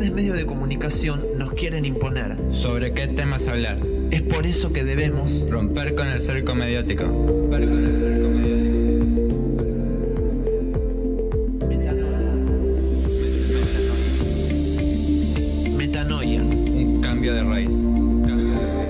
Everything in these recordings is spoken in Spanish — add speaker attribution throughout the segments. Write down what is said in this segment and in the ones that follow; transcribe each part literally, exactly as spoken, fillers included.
Speaker 1: grandes medios de comunicación nos quieren imponer.
Speaker 2: ¿Sobre qué temas hablar?
Speaker 1: Es por eso que debemos
Speaker 2: romper con el cerco mediático. Romper con el cerco mediático.
Speaker 1: Metanoia.
Speaker 2: Un cambio de raíz. Un cambio de raíz.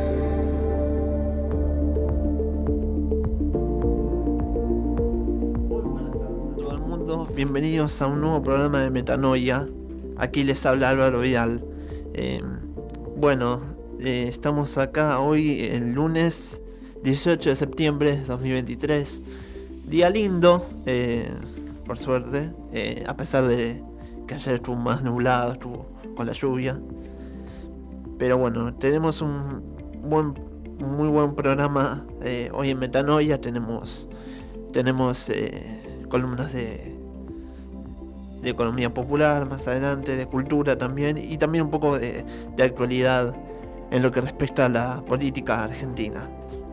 Speaker 1: Muy buenas tardes a todo el mundo. Bienvenidos a un nuevo programa de Metanoia. Aquí les habla Álvaro Vidal. Eh, bueno, eh, estamos acá hoy el lunes dieciocho de septiembre de dos mil veintitrés. Día lindo, eh, por suerte, eh, a pesar de que ayer estuvo más nublado, estuvo con la lluvia. Pero bueno, tenemos un buen, muy buen programa eh, hoy en Metanoia. Tenemos, tenemos eh, columnas de, de economía popular más adelante, de cultura también, y también un poco de, de actualidad en lo que respecta a la política argentina.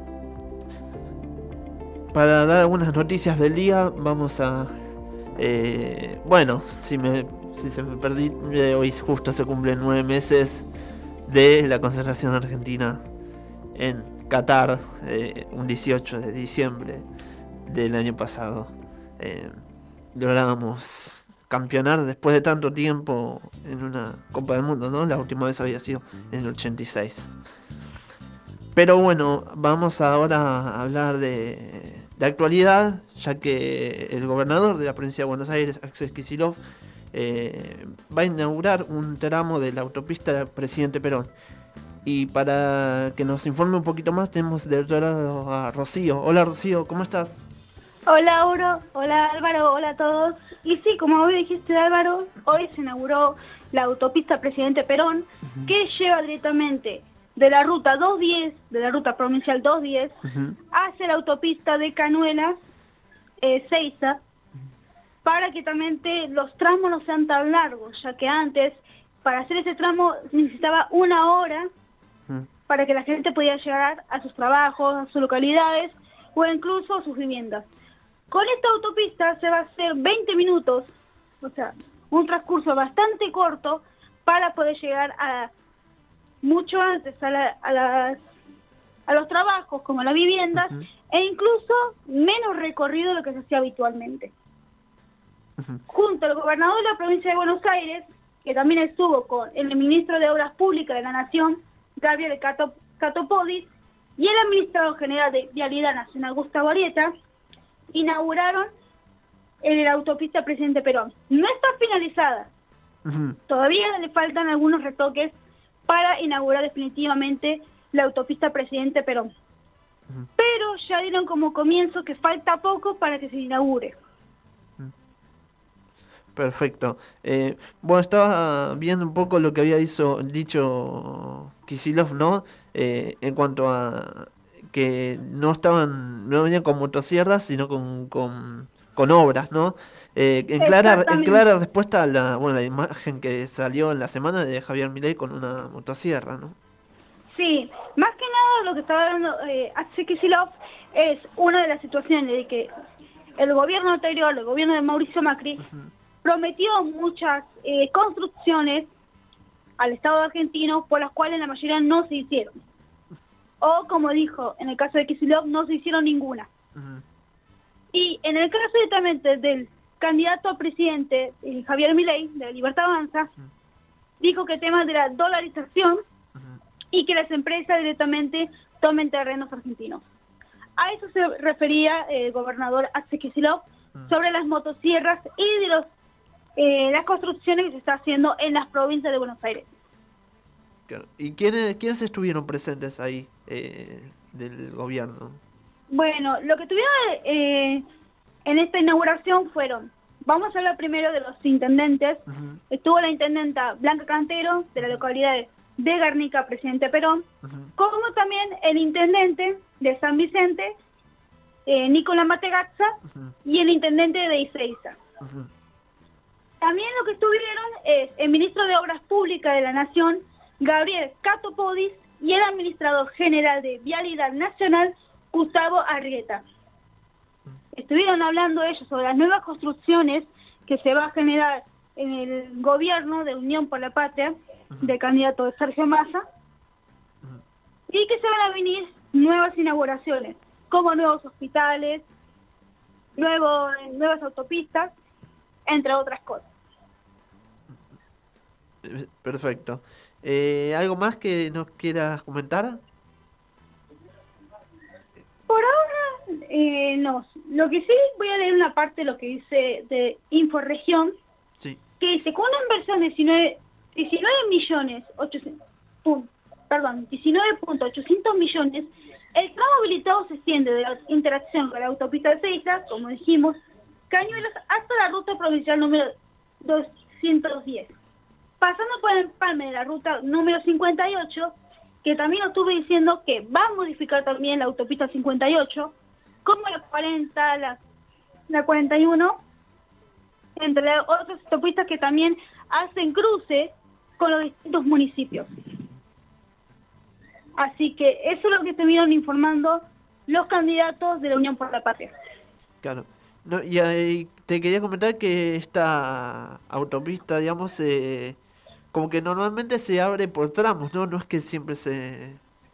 Speaker 1: Para dar algunas noticias del día, vamos a... Eh, bueno, si, me, si se me perdí, eh, hoy justo se cumplen nueve meses de la concentración argentina en Qatar, eh, un dieciocho de diciembre del año pasado. Eh, logramos campeonar después de tanto tiempo en una Copa del Mundo, ¿no? La última vez había sido en el ochenta y seis. Pero bueno, vamos ahora a hablar de, de actualidad, ya que el gobernador de la provincia de Buenos Aires, Axel Kicillof, eh, va a inaugurar un tramo de la autopista Presidente Perón. Y para que nos informe un poquito más, tenemos del otro lado a Rocío. Hola Rocío, ¿cómo estás?
Speaker 3: Hola Auro, hola Álvaro, hola a todos. Y sí, como hoy dijiste Álvaro, hoy se inauguró la autopista Presidente Perón, uh-huh. que lleva directamente de la ruta doscientos diez, de la ruta provincial doscientos diez, uh-huh. hacia la autopista de Canuelas, eh, Seiza, uh-huh. para que también te, los tramos no sean tan largos, ya que antes, para hacer ese tramo, necesitaba una hora uh-huh. para que la gente pudiera llegar a sus trabajos, a sus localidades, o incluso a sus viviendas. Con esta autopista se va a hacer veinte minutos, o sea, un transcurso bastante corto para poder llegar a mucho antes a, la, a, las, a los trabajos como a las viviendas, uh-huh. e incluso menos recorrido de lo que se hacía habitualmente. Uh-huh. Junto al gobernador de la provincia de Buenos Aires, que también estuvo con el ministro de Obras Públicas de la Nación, Gabriel Catop- Catopodis, y el administrador general de Vialidad Nacional, Gustavo Arieta, inauguraron la autopista Presidente Perón. No está finalizada. Uh-huh. Todavía le faltan algunos retoques para inaugurar definitivamente la autopista Presidente Perón. Uh-huh. Pero ya dieron como comienzo que falta poco para que se inaugure.
Speaker 1: Perfecto. Eh, bueno, estaba viendo un poco lo que había hizo, dicho Kicillof, ¿no? Eh, en cuanto a que no estaban, no venían con motosierras, sino con, con, con obras, ¿no? Eh, en, clara, en clara respuesta a la, bueno, la imagen que salió en la semana de Javier Milei con una motosierra, ¿no?
Speaker 3: Sí, más que nada lo que estaba hablando eh, Axel Kicillof es una de las situaciones de que el gobierno anterior, el gobierno de Mauricio Macri, uh-huh. prometió muchas eh, construcciones al Estado argentino, por las cuales la mayoría no se hicieron. O, como dijo, en el caso de Kicillof, no se hicieron ninguna. Uh-huh. Y en el caso directamente del candidato a presidente, eh, Javier Milei, de la Libertad Avanza, uh-huh. dijo que el tema de la dolarización uh-huh. y que las empresas directamente tomen terrenos argentinos. A eso se refería eh, el gobernador Axel Kicillof uh-huh. sobre las motosierras y de los eh, las construcciones que se está haciendo en las provincias de Buenos Aires.
Speaker 1: ¿Y quiénes, quiénes estuvieron presentes ahí eh, del gobierno?
Speaker 3: Bueno, lo que tuvieron eh, en esta inauguración fueron, vamos a hablar primero de los intendentes. Uh-huh. Estuvo la intendenta Blanca Cantero, de la localidad de Garnica, Presidente Perón, uh-huh. como también el intendente de San Vicente, eh, Nicolás Mategaza, uh-huh. y el intendente de Ezeiza. Uh-huh. También lo que estuvieron es el ministro de Obras Públicas de la Nación, Gabriel Catopodis, y el administrador general de Vialidad Nacional, Gustavo Arieta. Estuvieron hablando ellos sobre las nuevas construcciones que se va a generar en el gobierno de Unión por la Patria, uh-huh. del candidato de Sergio Massa, uh-huh. y que se van a venir nuevas inauguraciones, como nuevos hospitales, nuevo, nuevas autopistas, entre otras cosas.
Speaker 1: Perfecto. Eh, ¿Algo más que nos quieras comentar?
Speaker 3: Por ahora, eh, no. Lo que sí, voy a leer una parte de lo que dice de Inforregión,
Speaker 1: sí.
Speaker 3: que dice, con una inversión de diecinueve, diecinueve millones, ochocientos, pum, perdón, diecinueve punto ochocientos millones, el tramo habilitado se extiende de la interacción con la autopista de Seiza, como dijimos, Cañuelas, hasta la ruta provincial número doscientos diez. Pasando por el empalme de la ruta número cincuenta y ocho, que también estuve diciendo que va a modificar también la autopista cincuenta y ocho, como la cuarenta, la, la cuarenta y uno, entre otras autopistas que también hacen cruce con los distintos municipios. Así que eso es lo que estuvieron informando los candidatos de la Unión por la Patria.
Speaker 1: Claro. No, y, y te quería comentar que esta autopista, digamos, eh, como que normalmente se abre por tramos, ¿no? No es que siempre se...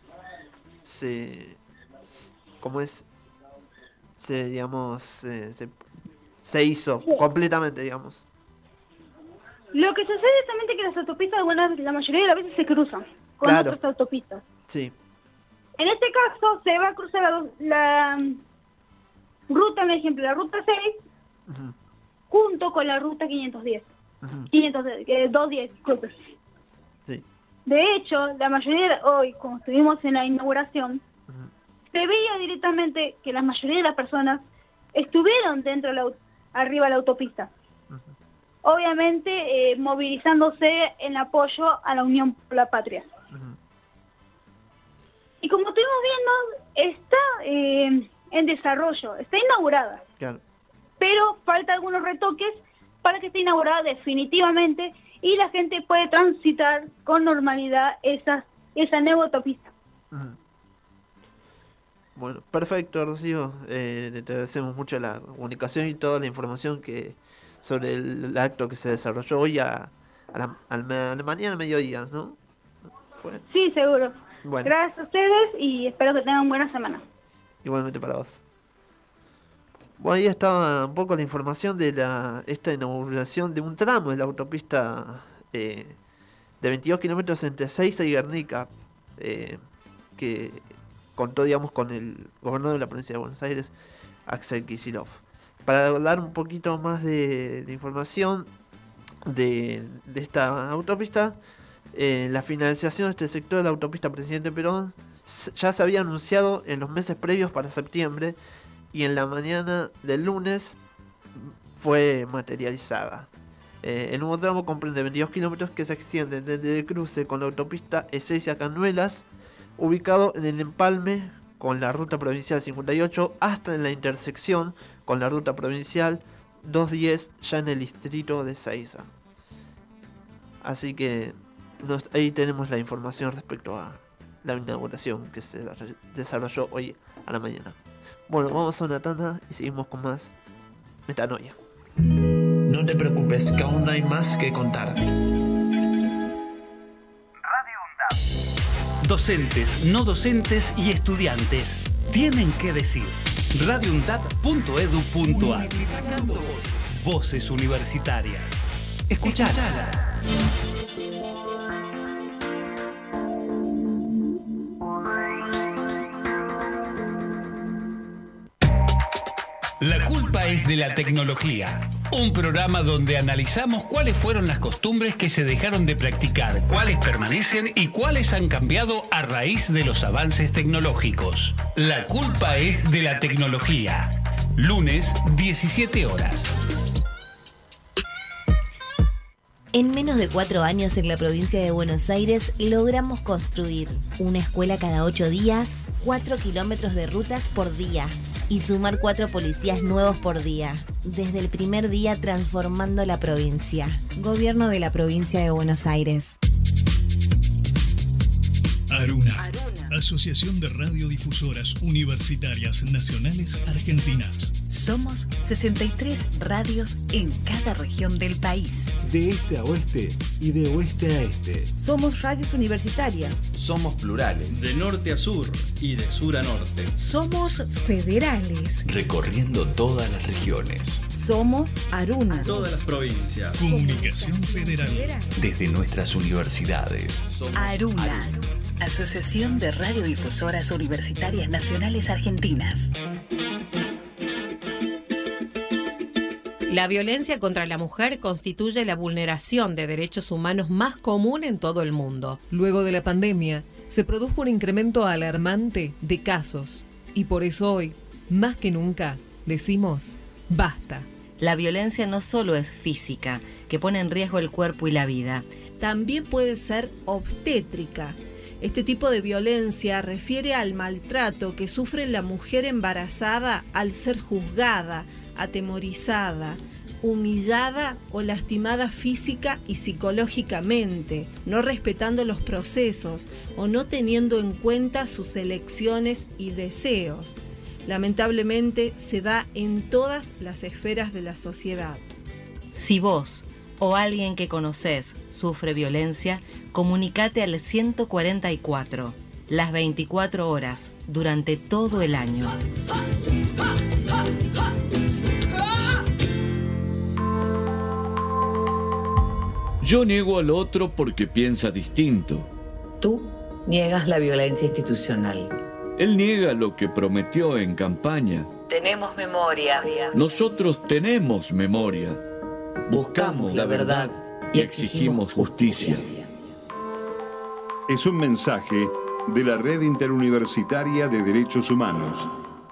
Speaker 1: se ¿cómo es? Se, digamos, se, se, se hizo sí. completamente, digamos.
Speaker 3: Lo que sucede es también que las autopistas, bueno, la mayoría de las veces se cruzan con
Speaker 1: claro.
Speaker 3: otras autopistas.
Speaker 1: Sí.
Speaker 3: En este caso se va a cruzar la, la ruta, por ejemplo, la ruta seis, uh-huh. junto con la ruta quinientos diez. Uh-huh. quinientos, eh, doscientos diez, disculpe.
Speaker 1: Sí.
Speaker 3: De hecho, la mayoría de hoy, como estuvimos en la inauguración, uh-huh. se veía directamente que la mayoría de las personas estuvieron dentro de la, arriba de la autopista. Uh-huh. Obviamente, eh, movilizándose en apoyo a la Unión por la Patria. Uh-huh. Y como estuvimos viendo, está eh, en desarrollo, está inaugurada.
Speaker 1: Claro.
Speaker 3: Pero falta algunos retoques para que esté inaugurada definitivamente y la gente puede transitar con normalidad esa, esa nueva autopista.
Speaker 1: Uh-huh. Bueno, perfecto, Rocío. Eh, te agradecemos mucho la comunicación y toda la información que sobre el, el acto que se desarrolló hoy a, a, la, a la mañana, al mediodía, ¿no? ¿Fue?
Speaker 3: Sí, seguro.
Speaker 1: Bueno.
Speaker 3: Gracias a ustedes y espero que tengan buena semana.
Speaker 1: Igualmente para vos. Bueno, ahí estaba un poco la información de la esta inauguración de un tramo de la autopista eh, de veintidós kilómetros entre Seiza y Guernica, eh, que contó, digamos, con el gobernador de la provincia de Buenos Aires, Axel Kicillof. Para dar un poquito más de, de información de, de esta autopista, eh, la finalización de este sector de la autopista Presidente Perón ya se había anunciado en los meses previos para septiembre y en la mañana del lunes fue materializada. Eh, el nuevo tramo comprende veintidós kilómetros que se extienden desde el cruce con la autopista Ezeiza-Cañuelas, ubicado en el empalme con la ruta provincial cincuenta y ocho, hasta en la intersección con la ruta provincial doscientos diez, ya en el distrito de Seiza. Así que nos, ahí tenemos la información respecto a la inauguración que se desarrolló hoy a la mañana. Bueno, vamos a una tanda y seguimos con más Metanoia. No te preocupes, que aún hay más que contar.
Speaker 4: Radio UNDAP. Docentes, no docentes y estudiantes tienen que decir. radio undap punto edu punto ar. Voces. Voces universitarias. Escuchalas. La culpa es de la tecnología. Un programa donde analizamos cuáles fueron las costumbres que se dejaron de practicar, cuáles permanecen y cuáles han cambiado a raíz de los avances tecnológicos. La culpa es de la tecnología. Lunes, diecisiete horas.
Speaker 5: En menos de cuatro años en la provincia de Buenos Aires logramos construir una escuela cada ocho días, cuatro kilómetros de rutas por día y sumar cuatro policías nuevos por día. Desde el primer día transformando la provincia. Gobierno de la provincia de Buenos Aires.
Speaker 6: Aruna. Aruna. Asociación de Radiodifusoras Universitarias Nacionales Argentinas.
Speaker 7: Somos sesenta y tres radios en cada región del país.
Speaker 8: De este a oeste y de oeste a este.
Speaker 9: Somos radios universitarias.
Speaker 10: Somos plurales.
Speaker 11: De norte a sur y de sur a norte.
Speaker 12: Somos federales.
Speaker 13: Recorriendo todas las regiones.
Speaker 9: Somos Aruna.
Speaker 11: Todas las provincias.
Speaker 6: Comunicación Federal.
Speaker 13: Desde nuestras universidades.
Speaker 7: Aruna. Asociación de Radiodifusoras Universitarias Nacionales Argentinas.
Speaker 14: La violencia contra la mujer constituye la vulneración de derechos humanos más común en todo el mundo.
Speaker 15: Luego de la pandemia, se produjo un incremento alarmante de casos. Y por eso hoy, más que nunca, decimos, basta.
Speaker 5: La violencia no solo es física, que pone en riesgo el cuerpo y la vida.
Speaker 12: También puede ser obstétrica. Este tipo de violencia refiere al maltrato que sufre la mujer embarazada al ser juzgada, atemorizada, humillada o lastimada física y psicológicamente, no respetando los procesos o no teniendo en cuenta sus elecciones y deseos. Lamentablemente se da en todas las esferas de la sociedad.
Speaker 5: Si vos o alguien que conocés sufre violencia, comunicate al ciento cuarenta y cuatro, las veinticuatro horas, durante todo el año.
Speaker 16: Yo niego al otro porque piensa distinto.
Speaker 17: Tú niegas la violencia institucional.
Speaker 16: Él niega lo que prometió en campaña.
Speaker 17: Tenemos memoria.
Speaker 16: Nosotros tenemos memoria. Buscamos la verdad y exigimos justicia.
Speaker 18: Es un mensaje de la Red Interuniversitaria de Derechos Humanos.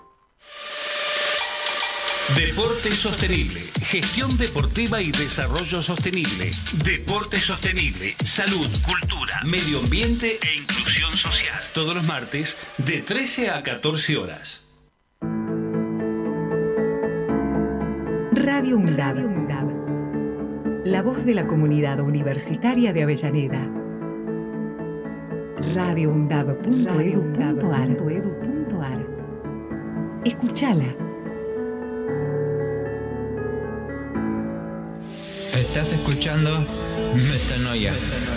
Speaker 4: Deporte sostenible, gestión deportiva y desarrollo sostenible. Deporte sostenible, salud, cultura, medio ambiente e inclusión social. Todos los martes de trece a catorce horas.
Speaker 7: Radio UNDAB. La voz de la comunidad universitaria de Avellaneda. radio undab punto edu punto ar. Escúchala.
Speaker 2: Estás escuchando Metanoia.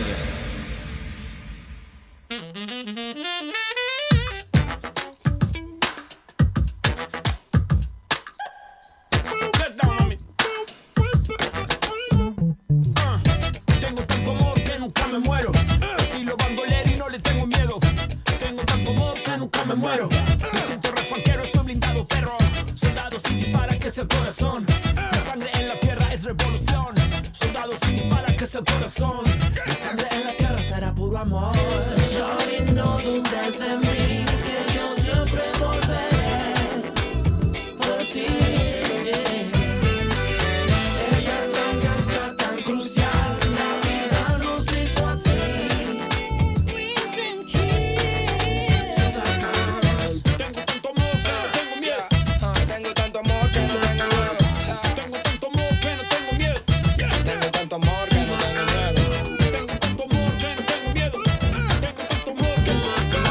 Speaker 19: Tengo tanto amor que nunca me muero. Estilo bandolero y no le tengo miedo. Tengo tanto amor que nunca me muero. Me siento refanquero, estoy blindado, perro. Soldados sin dispara, que es el corazón. La sangre en la tierra es revolución. Soldados sin dispara, que es el corazón. La sangre en la tierra será puro amor. Shawty, no dudes de mí, que yo siempre volveré por ti. Ella es tan gangsta, tan crucial. La vida nos hizo así. Tengo tanto amor que no tengo miedo. Tengo tanto amor que no tengo miedo. Tengo tanto amor que no tengo miedo. Tengo tanto amor que no tengo miedo. Tengo tanto amor que no tengo miedo. Tengo tanto amor que no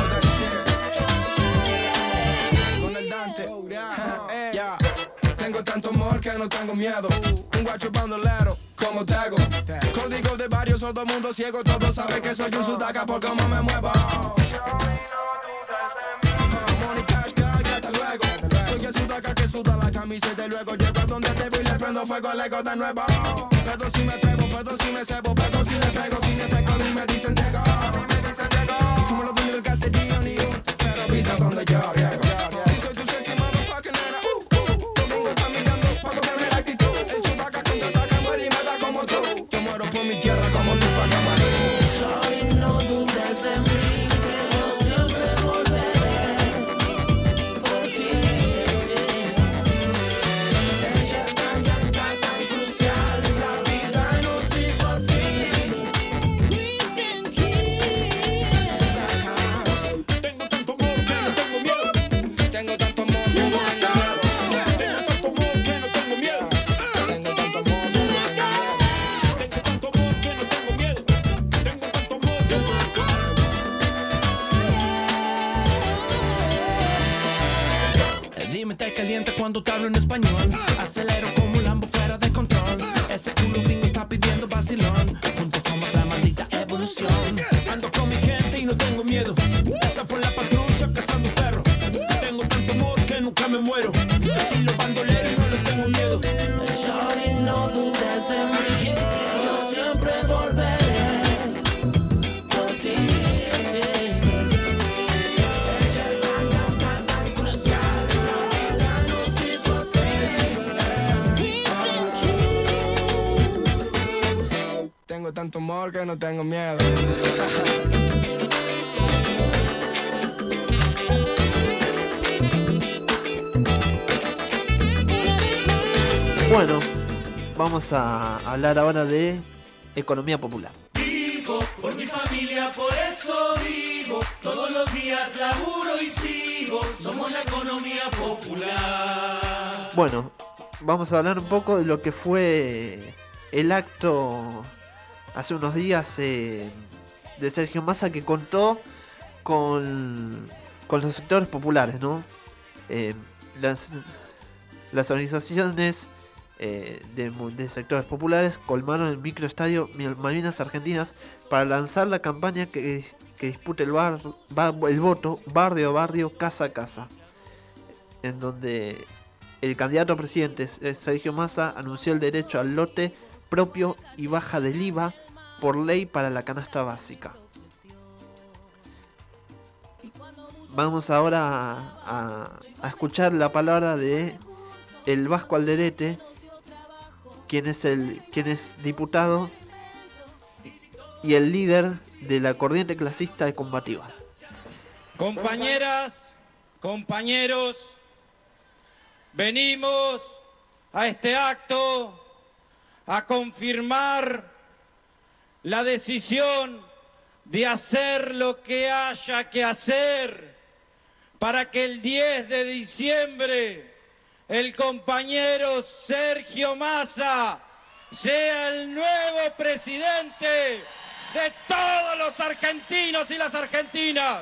Speaker 19: tengo miedo. Con el Dante. Yeah. Tengo tanto amor que no tengo miedo. Un guacho bandolero como Tego. Código de barrio, sordo mundo ciego. Todos saben que soy un sudaca por cómo me muevo. Que suda la camiseta y luego llego a donde te vi, le prendo fuego al ego de nuevo. Perdón si me atrevo, perdón si me cebo, perdón si le pego, sin efecto a mí me dicen Diego. Somos los dueños del caserío, ni un, pero pisa donde yo riego. Si soy tu sexy motherfucking nena, uh, uh, domingo está mirando pa' cogerme la actitud. El chudaca contraataca, muere y me da como tú. Yo muero por mi tierra como tú pa' Camarín. Sorry, no dudes de mí, que yo siempre volveré por ti.
Speaker 10: cuando te hablo en español. Acelero como un Lambo fuera de control. Ese culo gringo está pidiendo vacilón. Juntos somos la maldita evolución. Ando con mi gente y no tengo miedo. Esa por la patrulla cazando perros. Tengo tanto amor que nunca me muero. Estilo bandolero y no le tengo miedo. Shorty, no dudes de mí. Yo siempre volveré por ti. Ella es tan, tan, tan crucial. La vida nos hizo así.
Speaker 19: Tengo tanto amor que no tengo miedo.
Speaker 1: Bueno, vamos a hablar ahora de economía popular.
Speaker 20: Vivo por mi familia, por eso vivo. Todos los días laburo y sigo. Somos la economía popular.
Speaker 1: Bueno, vamos a hablar un poco de lo que fue el acto hace unos días eh, de Sergio Massa, que contó con, con los sectores populares, ¿no? Eh, las, las organizaciones eh, de, de sectores populares colmaron el microestadio Malvinas Argentinas para lanzar la campaña que, que dispute el, bar, bar, el voto barrio a barrio, casa a casa, en donde el candidato a presidente Sergio Massa anunció el derecho al lote propio y baja del I V A por ley para la canasta básica. Vamos ahora a, a, a escuchar la palabra de el Vasco Alderete, quien es el quien es diputado y el líder de la corriente clasista y combativa.
Speaker 21: Compañeras, compañeros, venimos a este acto a confirmar la decisión de hacer lo que haya que hacer para que el diez de diciembre el compañero Sergio Massa sea el nuevo presidente de todos los argentinos y las argentinas.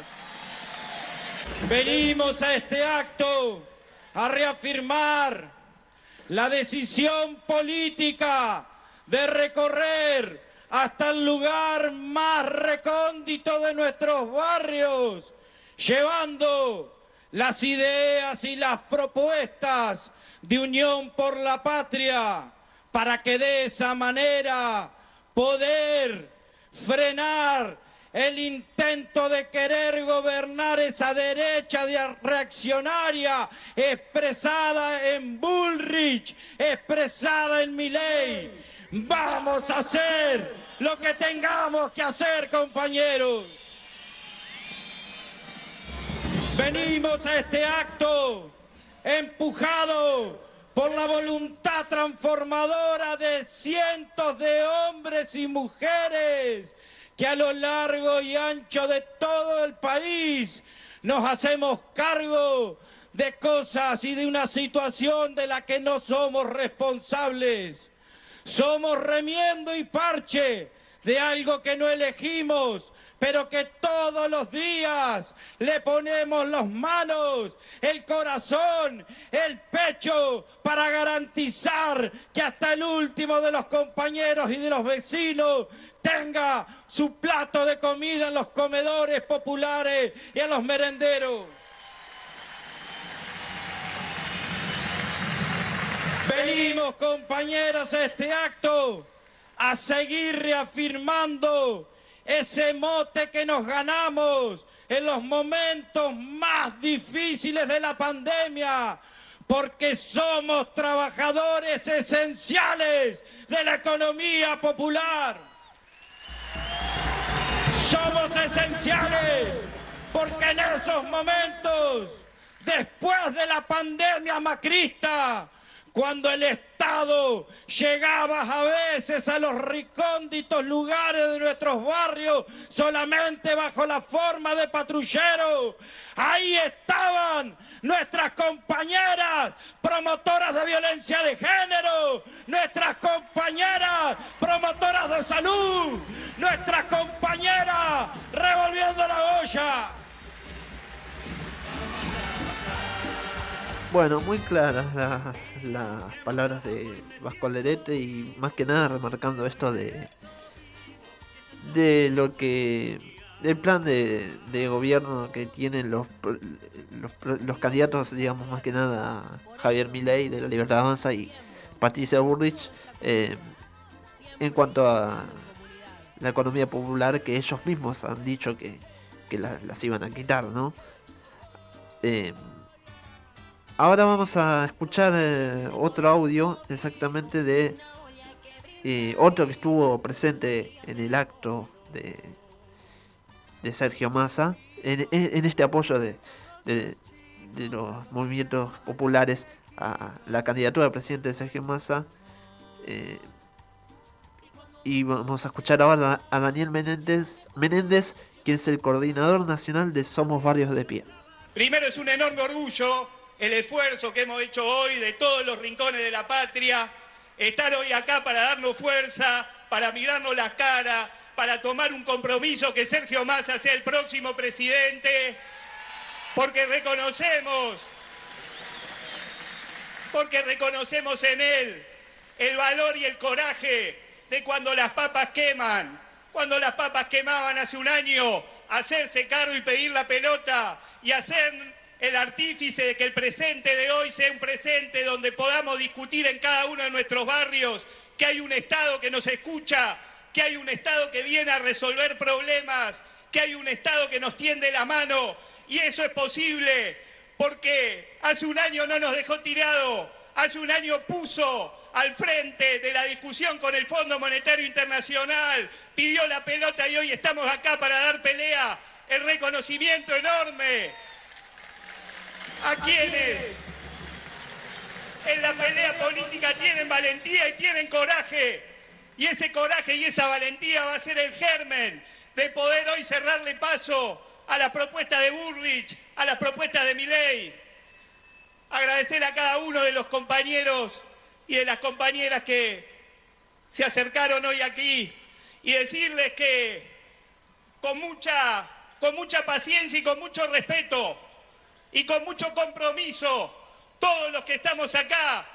Speaker 21: Venimos a este acto a reafirmar la decisión política de recorrer hasta el lugar más recóndito de nuestros barrios, llevando las ideas y las propuestas de Unión por la Patria, para que de esa manera poder frenar el intento de querer gobernar esa derecha reaccionaria expresada en Bullrich, expresada en Milei. Vamos a hacer lo que tengamos que hacer, compañeros. Venimos a este acto empujado por la voluntad transformadora de cientos de hombres y mujeres que a lo largo y ancho de todo el país nos hacemos cargo de cosas y de una situación de la que no somos responsables. Somos remiendo y parche de algo que no elegimos, pero que todos los días le ponemos las manos, el corazón, el pecho, para garantizar que hasta el último de los compañeros y de los vecinos tenga su plato de comida en los comedores populares y en los merenderos. Venimos, compañeros, a este acto a seguir reafirmando ese mote que nos ganamos en los momentos más difíciles de la pandemia, porque somos trabajadores esenciales de la economía popular. Somos esenciales porque en esos momentos, después de la pandemia macrista, cuando el Estado llegaba a veces a los recónditos lugares de nuestros barrios solamente bajo la forma de patrullero, ahí estaban nuestras compañeras promotoras de violencia de género, nuestras compañeras promotoras de salud, nuestras compañeras revolviendo la olla.
Speaker 1: Bueno, muy claras las, las palabras de Vasco Alderete y más que nada remarcando esto de de lo que el plan de, de gobierno que tienen los, los los candidatos, digamos, más que nada Javier Milei de la Libertad Avanza y Patricia Bullrich, eh, en cuanto a la economía popular, que ellos mismos han dicho que, que la, las iban a quitar, ¿no? Eh, Ahora vamos a escuchar eh, otro audio exactamente de eh, otro que estuvo presente en el acto de, de Sergio Massa, en, en este apoyo de, de, de los movimientos populares a la candidatura del presidente de Sergio Massa. Eh, y vamos a escuchar ahora a Daniel Menéndez, Menéndez, quien es el coordinador nacional de Somos Barrios de Pie.
Speaker 3: Primero, es un enorme orgullo el esfuerzo que hemos hecho hoy de todos los rincones de la patria, estar hoy acá para darnos fuerza, para mirarnos las caras, para tomar un compromiso que Sergio Massa sea el próximo presidente, porque reconocemos, porque reconocemos en él el valor y el coraje de cuando las papas queman, cuando las papas quemaban hace un año, hacerse cargo y pedir la pelota y hacer el artífice de que el presente de hoy sea un presente donde podamos discutir en cada uno de nuestros barrios que hay un Estado que nos escucha, que hay un Estado que viene a resolver problemas, que hay un Estado que nos tiende la mano, y eso es posible porque hace un año no nos dejó tirado, hace un año puso al frente de la discusión con el Fondo Monetario Internacional, pidió la pelota y hoy estamos acá para dar pelea, el reconocimiento enorme a quienes en la pelea política tienen valentía y tienen coraje, y ese coraje y esa valentía va a ser el germen de poder hoy cerrarle paso a la propuesta de Bullrich, a la propuesta de Milei. Agradecer a cada uno de los compañeros y de las compañeras que se acercaron hoy aquí y decirles que con mucha, con mucha paciencia y con mucho respeto y con mucho compromiso, todos los que estamos acá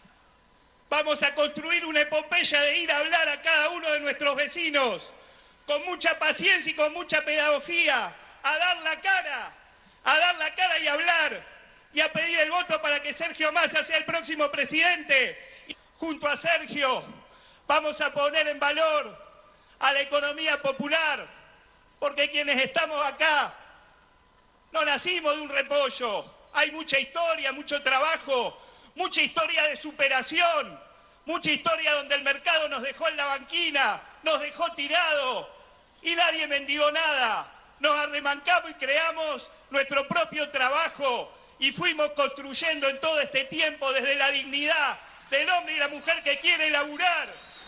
Speaker 3: vamos a construir una epopeya de ir a hablar a cada uno de nuestros vecinos, con mucha paciencia y con mucha pedagogía, a dar la cara, a dar la cara y hablar, y a pedir el voto para que Sergio Massa sea el próximo presidente. Y junto a Sergio vamos a poner en valor a la economía popular, porque quienes estamos acá no nacimos de un repollo, hay mucha historia, mucho trabajo, mucha historia de superación, mucha historia donde el mercado nos dejó en la banquina, nos dejó tirado y nadie mendigó nada. Nos arremancamos y creamos nuestro propio trabajo y fuimos construyendo en todo este tiempo desde la dignidad del hombre y la mujer que quiere laburar,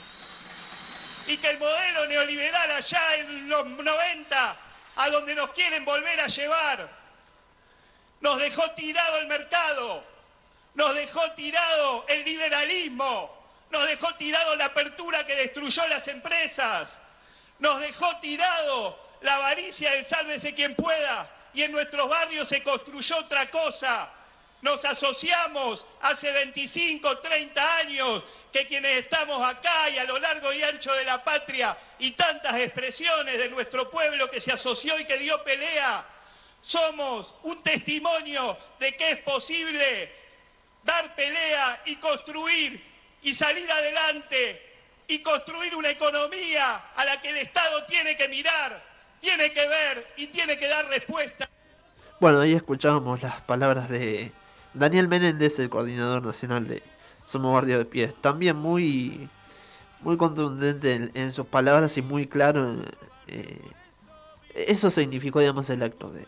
Speaker 3: y que el modelo neoliberal allá en los noventa, a donde nos quieren volver a llevar, nos dejó tirado el mercado, nos dejó tirado el liberalismo, nos dejó tirado la apertura que destruyó las empresas, nos dejó tirado la avaricia del sálvese quien pueda, y en nuestros barrios se construyó otra cosa. Nos asociamos hace veinticinco, treinta años, que quienes estamos acá y a lo largo y ancho de la patria, y tantas expresiones de nuestro pueblo que se asoció y que dio pelea, somos un testimonio de que es posible dar pelea y construir y salir adelante y construir una economía a la que el Estado tiene que mirar, tiene que ver y tiene que dar respuesta.
Speaker 1: Bueno, ahí escuchábamos las palabras de Daniel Menéndez, el coordinador nacional de Somos Barrios de Pie. También muy, muy contundente en, en sus palabras y muy claro. En, eh, eso significó, digamos, el acto de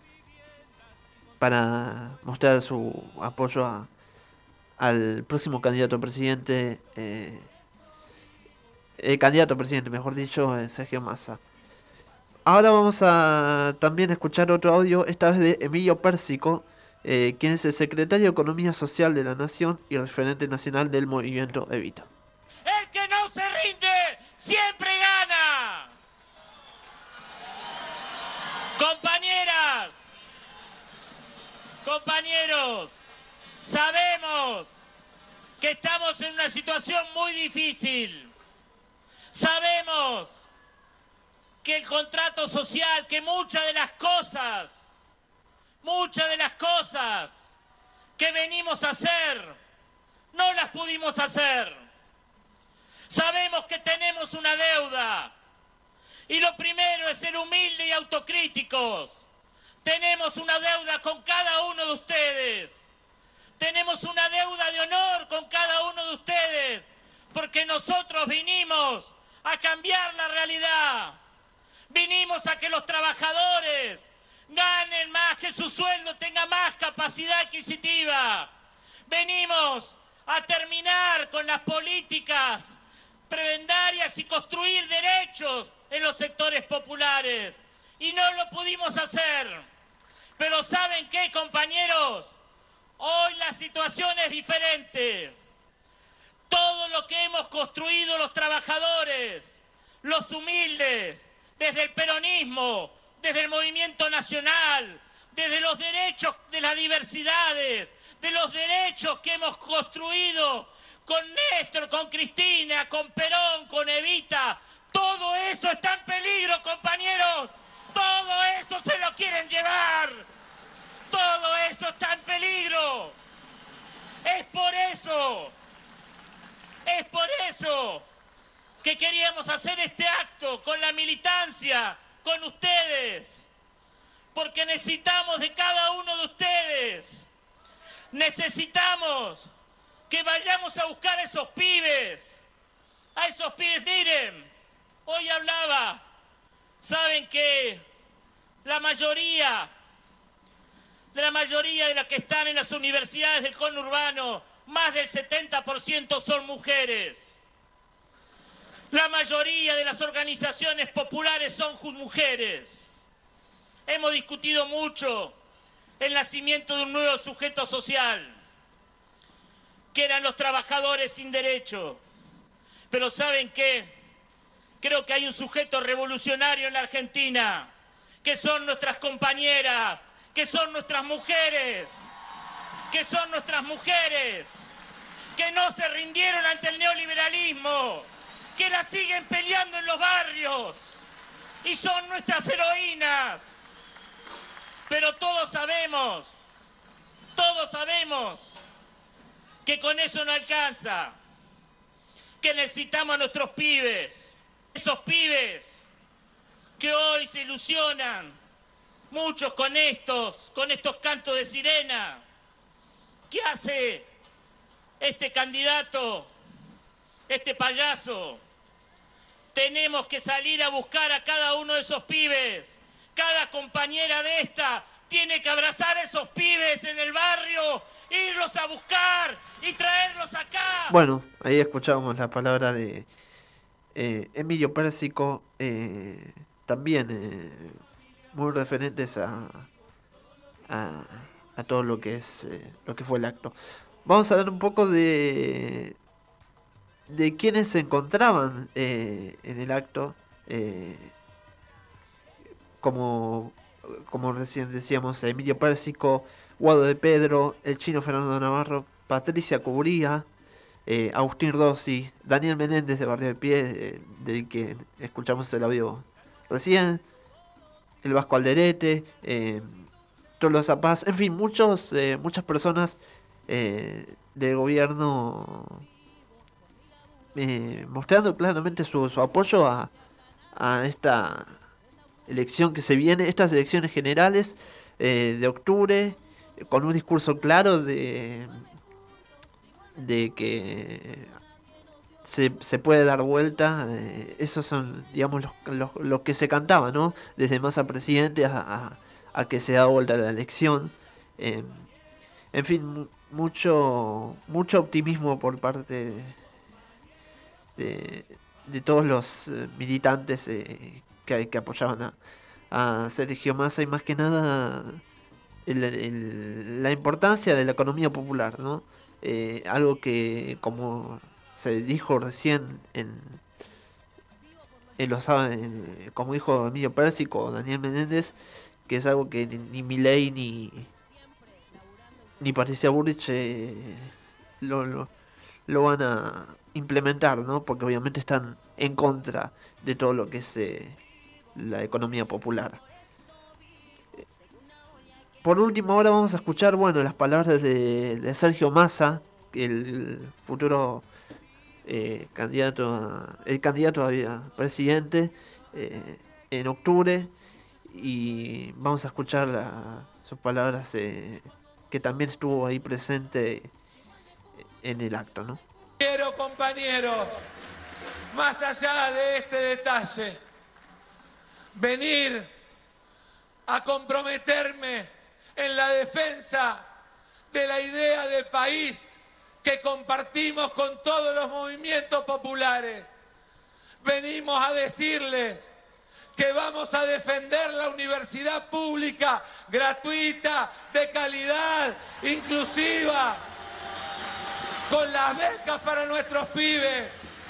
Speaker 1: para mostrar su apoyo a, al próximo candidato a presidente, eh, el candidato a presidente, mejor dicho, eh, Sergio Massa. Ahora vamos a también escuchar otro audio, esta vez de Emilio Pérsico, eh, quien es el secretario de Economía Social de la Nación y referente nacional del movimiento Evita.
Speaker 21: El que no se rinde siempre gana. Compañeras, compañeros, Sabemos que estamos en una situación muy difícil. Sabemos que el contrato social, que muchas de las cosas, muchas de las cosas que venimos a hacer, no las pudimos hacer. Sabemos que tenemos una deuda. Y lo primero es ser humildes y autocríticos. Tenemos una deuda con cada uno de ustedes. Tenemos una deuda de honor con cada uno de ustedes, porque nosotros vinimos a cambiar la realidad. Vinimos a que los trabajadores ganen más, que su sueldo tenga más capacidad adquisitiva. Venimos a terminar con las políticas prebendarias y construir derechos en los sectores populares. Y no lo pudimos hacer. Pero ¿saben qué, compañeros? Hoy la situación es diferente. Todo lo que hemos construido los trabajadores, los humildes, desde el peronismo, desde el movimiento nacional, desde los derechos de las diversidades, de los derechos que hemos construido con Néstor, con Cristina, con Perón, con Evita, todo eso está en peligro, compañeros. Todo eso se lo quieren llevar. Todo eso está en peligro. Es por eso, es por eso que queríamos hacer este acto con la militancia, con ustedes. Porque necesitamos de cada uno de ustedes. Necesitamos que vayamos a buscar a esos pibes. A esos pibes, miren, hoy hablaba, saben que la mayoría... de la mayoría de las que están en las universidades del conurbano, más del setenta por ciento son mujeres. La mayoría de las organizaciones populares son mujeres. Hemos discutido mucho el nacimiento de un nuevo sujeto social, que eran los trabajadores sin derecho. Pero ¿saben qué? Creo que hay un sujeto revolucionario en la Argentina, que son nuestras compañeras, que son nuestras mujeres, que son nuestras mujeres, que no se rindieron ante el neoliberalismo, que la siguen peleando en los barrios, y son nuestras heroínas. Pero todos sabemos, todos sabemos que con eso no alcanza, que necesitamos a nuestros pibes, esos pibes que hoy se ilusionan, muchos con estos, con estos cantos de sirena. ¿Qué hace este candidato, este payaso? Tenemos que salir a buscar a cada uno de esos pibes. Cada compañera de esta tiene que abrazar a esos pibes en el barrio, irlos a buscar y traerlos acá.
Speaker 1: Bueno, ahí escuchábamos la palabra de eh, Emilio Pérsico, eh, también... Eh, muy referentes a, a, a todo lo que es eh, lo que fue el acto. Vamos a hablar un poco de de quienes se encontraban eh, en el acto, eh, como como recién decíamos, Emilio Pérsico, Guado de Pedro, el chino Fernando Navarro, Patricia Cubría, eh, Agustín Rossi, Daniel Menéndez de Barrio de Pie, eh, del que escuchamos el audio recién, el Vasco Alderete, eh, Trollo Zapaz, en fin, muchos, eh, muchas personas eh, del gobierno eh, mostrando claramente su, su apoyo a, a esta elección que se viene, estas elecciones generales eh, de octubre, con un discurso claro de, de que Se, se puede dar vuelta. Eh, esos son, digamos, los, los, los que se cantaba, ¿no? Desde Massa presidente a, a, a que se da vuelta la elección. Eh, en fin, mucho mucho optimismo por parte de, de, de todos los militantes eh, que, que apoyaban a, a Sergio Massa, y más que nada el, el, la importancia de la economía popular, ¿no? Eh, algo que, como se dijo recién en, en los en, como dijo Emilio Pérsico o Daniel Menéndez, que es algo que ni, ni Milei ni ni Patricia Bullrich eh, lo, lo, lo van a implementar, ¿no? Porque obviamente están en contra de todo lo que es eh, la economía popular. Por último, ahora vamos a escuchar, bueno, las palabras de, de Sergio Massa, el futuro eh, candidato a, el candidato a presidente eh, en octubre, y vamos a escuchar la, sus palabras, eh, que también estuvo ahí presente en el acto, ¿no?
Speaker 8: Quiero, compañeros, más allá de este detalle, venir a comprometerme en la defensa de la idea de país que compartimos con todos los movimientos populares. Venimos a decirles que vamos a defender la universidad pública, gratuita, de calidad, inclusiva, con las becas para nuestros pibes,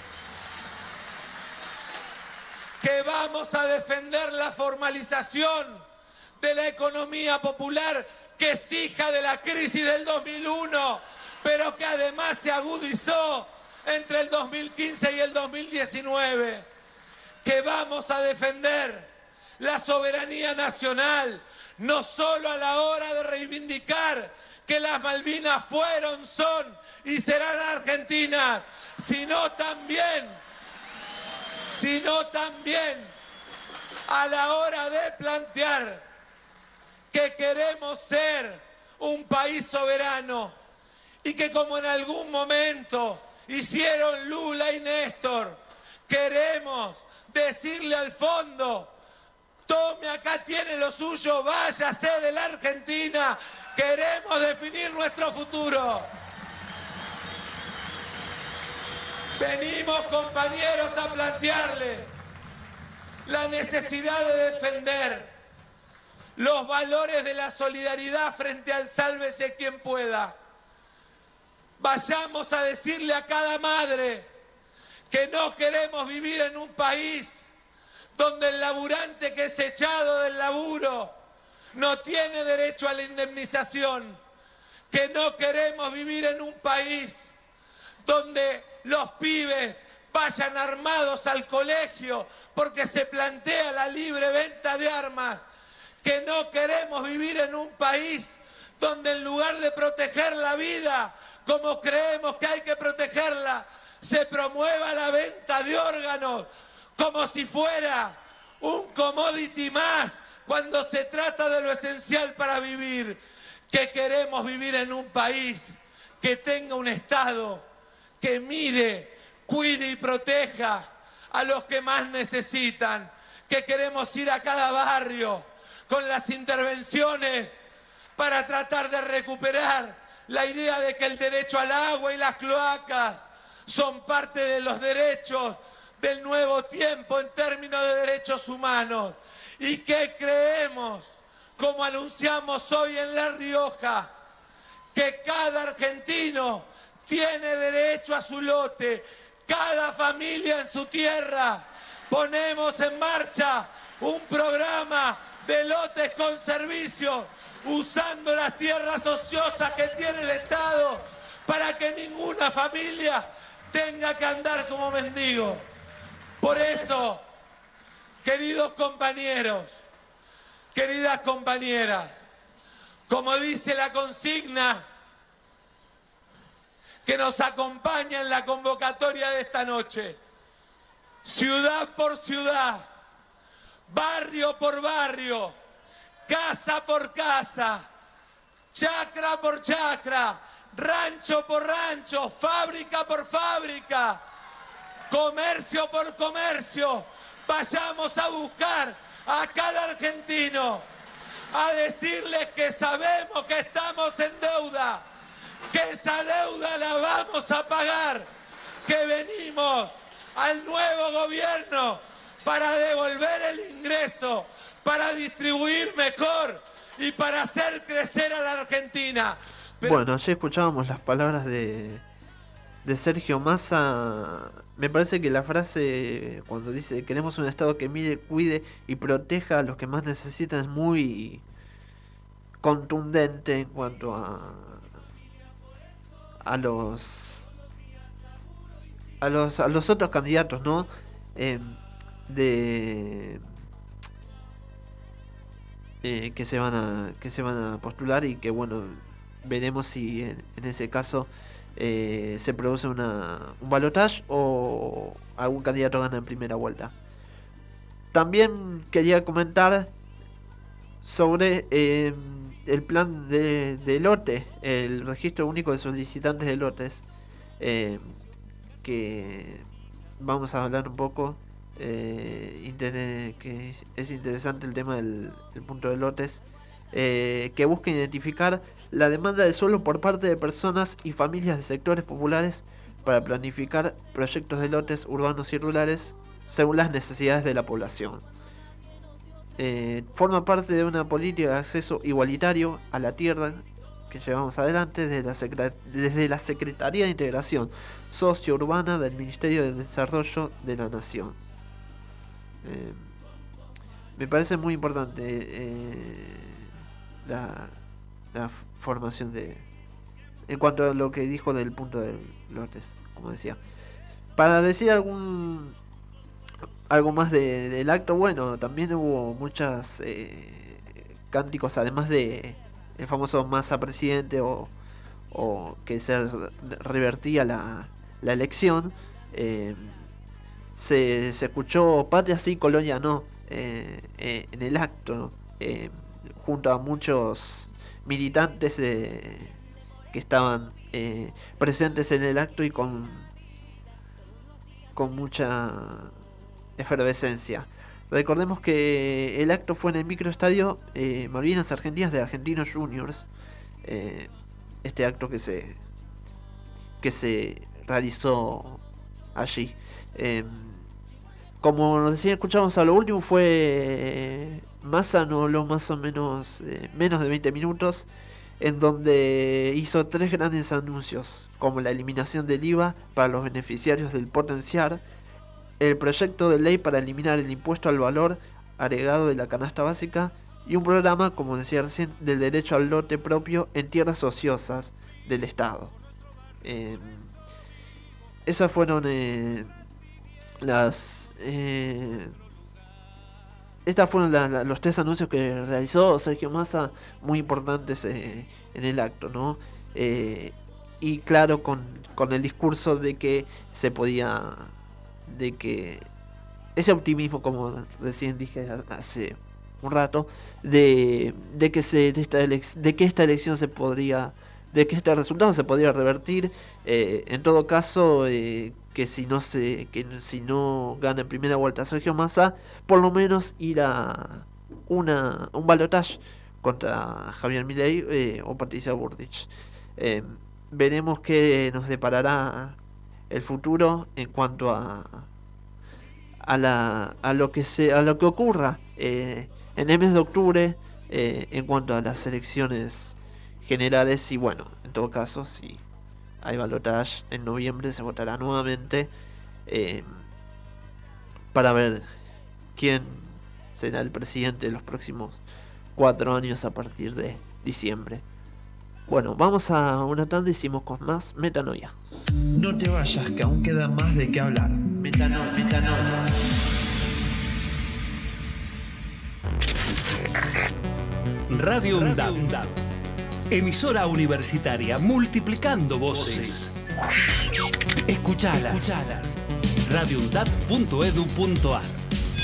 Speaker 8: que vamos a defender la formalización de la economía popular, que es hija de la crisis del dos mil uno, pero que además se agudizó entre el dos mil quince y el dos mil diecinueve, que vamos a defender la soberanía nacional, no solo a la hora de reivindicar que las Malvinas fueron, son y serán argentinas, sino también, sino también a la hora de plantear que queremos ser un país soberano y que, como en algún momento hicieron Lula y Néstor, queremos decirle al fondo: tome, acá tiene lo suyo, váyase de la Argentina, queremos definir nuestro futuro. Venimos, compañeros, a plantearles la necesidad de defender los valores de la solidaridad frente al sálvese quien pueda. Vayamos a decirle a cada madre que no queremos vivir en un país donde el laburante que es echado del laburo no tiene derecho a la indemnización, que no queremos vivir en un país donde los pibes vayan armados al colegio porque se plantea la libre venta de armas, que no queremos vivir en un país donde en lugar de proteger la vida como creemos que hay que protegerla, se promueva la venta de órganos como si fuera un commodity más cuando se trata de lo esencial para vivir. Que queremos vivir en un país que tenga un Estado que mire, cuide y proteja a los que más necesitan, que queremos ir a cada barrio con las intervenciones para tratar de recuperar la idea de que el derecho al agua y las cloacas son parte de los derechos del nuevo tiempo en términos de derechos humanos, y que creemos, como anunciamos hoy en La Rioja, que cada argentino tiene derecho a su lote, cada familia en su tierra. Ponemos en marcha un programa de lotes con servicios, usando las tierras ociosas que tiene el Estado para que ninguna familia tenga que andar como mendigo. Por eso, queridos compañeros, queridas compañeras, como dice la consigna que nos acompaña en la convocatoria de esta noche, ciudad por ciudad, barrio por barrio, casa por casa, chacra por chacra, rancho por rancho, fábrica por fábrica, comercio por comercio, vayamos a buscar a cada argentino, a decirles que sabemos que estamos en deuda, que esa deuda la vamos a pagar, que venimos al nuevo gobierno para devolver el ingreso, para distribuir mejor y para hacer crecer a la Argentina.
Speaker 1: Pero... Bueno, ya escuchábamos las palabras de, de Sergio Massa. Me parece que la frase cuando dice queremos un Estado que mire, cuide y proteja a los que más necesitan es muy contundente en cuanto a a los a los a los otros candidatos, ¿no? Eh, de eh, que se van a que se van a postular y que bueno, veremos si en, en ese caso eh, se produce una un balotaje o algún candidato gana en primera vuelta. También quería comentar sobre eh, el plan de, de lote, el registro único de solicitantes de lotes, eh, que vamos a hablar un poco, eh, interés, que es interesante el tema del, del punto de lotes, eh, que busca identificar la demanda de suelo por parte de personas y familias de sectores populares para planificar proyectos de lotes urbanos y rurales según las necesidades de la población. Eh, forma parte de una política de acceso igualitario a la tierra que llevamos adelante desde la, Secret- desde la Secretaría de Integración Socio-Urbana del Ministerio de Desarrollo de la Nación. Eh, me parece muy importante eh, la, la formación de... En cuanto a lo que dijo del punto de lotes, como decía. Para decir algún... algo más de, del acto, bueno, también hubo muchas eh, cánticos, además de el famoso Massa presidente o, o que se revertía la, la elección. eh, se, se escuchó Patria sí, Colonia no eh, eh, en el acto, ¿no? eh, junto a muchos militantes eh, que estaban eh, presentes en el acto y con con mucha efervescencia. Recordemos que el acto fue en el microestadio eh, Malvinas Argentinas de Argentinos Juniors. Eh, este acto que se que se realizó allí. Eh, como nos decía, escuchamos a lo último, fue eh, Massa no habló más o menos eh, menos de veinte minutos, en donde hizo tres grandes anuncios, como la eliminación del I V A para los beneficiarios del potenciar, el proyecto de ley para eliminar el impuesto al valor agregado de la canasta básica y un programa, como decía recién, del derecho al lote propio en tierras ociosas del Estado. Eh, esas fueron eh, las... Eh, estas fueron la, la, los tres anuncios que realizó Sergio Massa, muy importantes eh, en el acto, ¿no? Eh, y claro, con, con el discurso de que se podía... de que ese optimismo, como recién dije hace un rato, de, de que se de esta, elec- de que esta elección se podría, de que este resultado se podría revertir, eh, en todo caso, eh, que si no se que si no gana en primera vuelta Sergio Massa, por lo menos ir a una un balotaje contra Javier Milei eh, o Patricia Bullrich. Eh, veremos qué nos deparará el futuro en cuanto a a la a lo que se a lo que ocurra eh, en el mes de octubre eh, en cuanto a las elecciones generales. Y bueno, en todo caso, si hay balotaje en noviembre, se votará nuevamente eh, para ver quién será el presidente de los próximos cuatro años a partir de diciembre. Bueno, vamos a una tanda y seguimos con más Metanoia.
Speaker 9: No te vayas, que aún queda más de qué hablar.
Speaker 1: Metanoia, Metanoia.
Speaker 4: Radio UNDAB, emisora universitaria multiplicando voces. Escuchalas. Escuchalas. radio undab punto edu punto ar.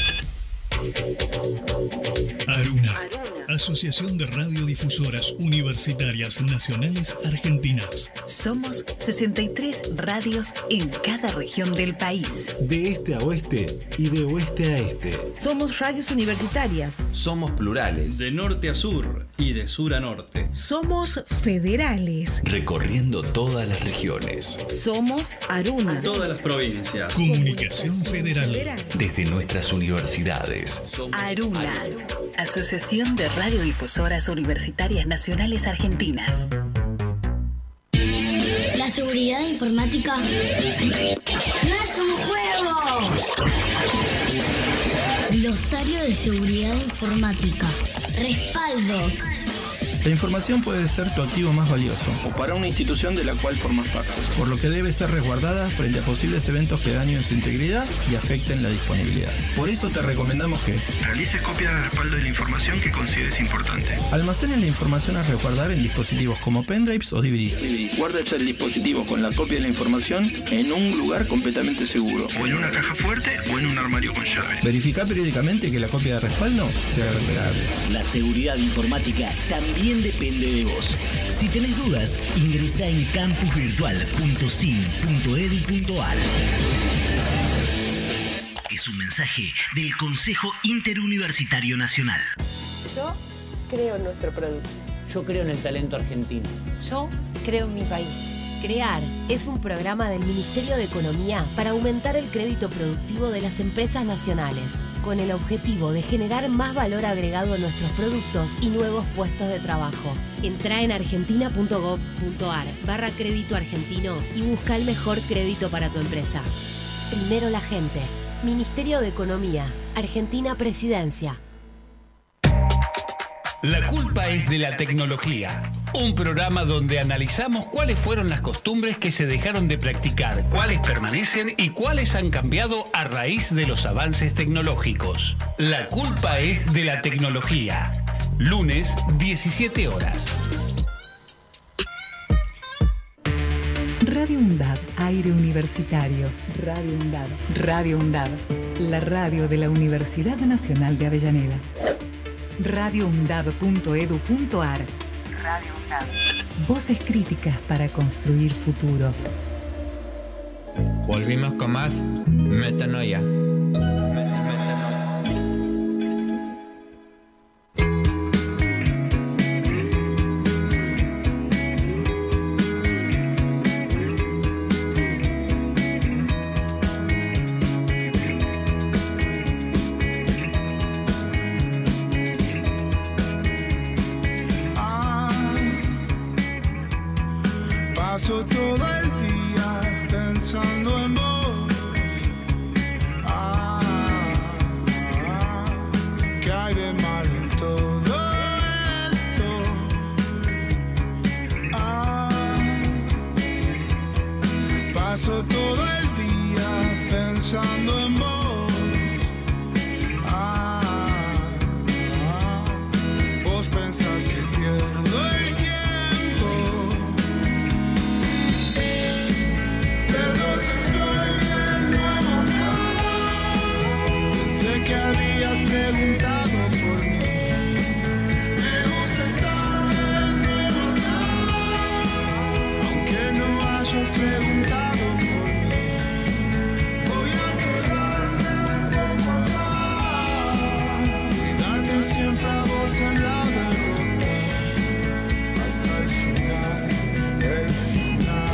Speaker 6: Aruna, Asociación de Radiodifusoras Universitarias Nacionales Argentinas.
Speaker 22: Somos sesenta y tres radios en cada región del país.
Speaker 23: De este a oeste y de oeste a este.
Speaker 24: Somos radios universitarias.
Speaker 11: Somos plurales. De norte a sur y de sur a norte.
Speaker 24: Somos federales.
Speaker 13: Recorriendo todas las regiones.
Speaker 24: Somos Aruna.
Speaker 11: Todas las provincias.
Speaker 6: Comunicación Federal.
Speaker 13: Desde nuestras universidades.
Speaker 22: Aruna, Asociación de Radiodifusoras Universitarias Nacionales Argentinas.
Speaker 25: La seguridad informática no es un juego. Glosario de seguridad informática. Respaldos.
Speaker 5: La información puede ser tu activo más valioso,
Speaker 12: o para una institución de la cual formas parte,
Speaker 5: por lo que debe ser resguardada frente a posibles eventos que dañen su integridad y afecten la disponibilidad. Por eso te recomendamos que
Speaker 14: realices copia de respaldo de la información que consideres importante.
Speaker 5: Almacenes la información a resguardar en dispositivos como pendrives o D V Ds.
Speaker 12: Guardes el dispositivo con la copia de la información en un lugar completamente seguro,
Speaker 14: o en una caja fuerte o en un armario con llave.
Speaker 5: Verifica periódicamente que la copia de respaldo sea recuperable.
Speaker 15: La seguridad informática también depende de vos. Si tenés dudas, ingresa en campus virtual punto sin punto edu punto ar. Es un mensaje del Consejo Interuniversitario Nacional.
Speaker 17: Yo creo en nuestro producto.
Speaker 26: Yo creo en el talento argentino.
Speaker 17: Yo creo en mi país.
Speaker 27: CREAR es un programa del Ministerio de Economía para aumentar el crédito productivo de las empresas nacionales, con el objetivo de generar más valor agregado en nuestros productos y nuevos puestos de trabajo. Entra en argentina punto gov punto ar barra crédito argentino y busca el mejor crédito para tu empresa. Primero la gente. Ministerio de Economía. Argentina Presidencia.
Speaker 4: La culpa es de la tecnología. Un programa donde analizamos cuáles fueron las costumbres que se dejaron de practicar, cuáles permanecen y cuáles han cambiado a raíz de los avances tecnológicos. La culpa es de la tecnología. Lunes, diecisiete horas.
Speaker 7: Radio UNDAD, aire universitario. Radio UNDAD, Radio UNDAD, la radio de la Universidad Nacional de Avellaneda. radio undad punto edu punto ar. Radio UNDAD. Voces críticas para construir futuro.
Speaker 2: Volvimos con más Metanoia.
Speaker 19: Paso todo el día pensando en vos. Ah, ah, ¿qué hay de malo en todo esto? Ah, paso todo el día pensando en vos. Ah, ah, vos pensás que pierdo el tiempo. Que habías preguntado por mí. Me gusta estar de nuevo acá, aunque no hayas preguntado por mí. Voy a quedarme un poco acá y darte siempre a vos en la derrota hasta el final, el final.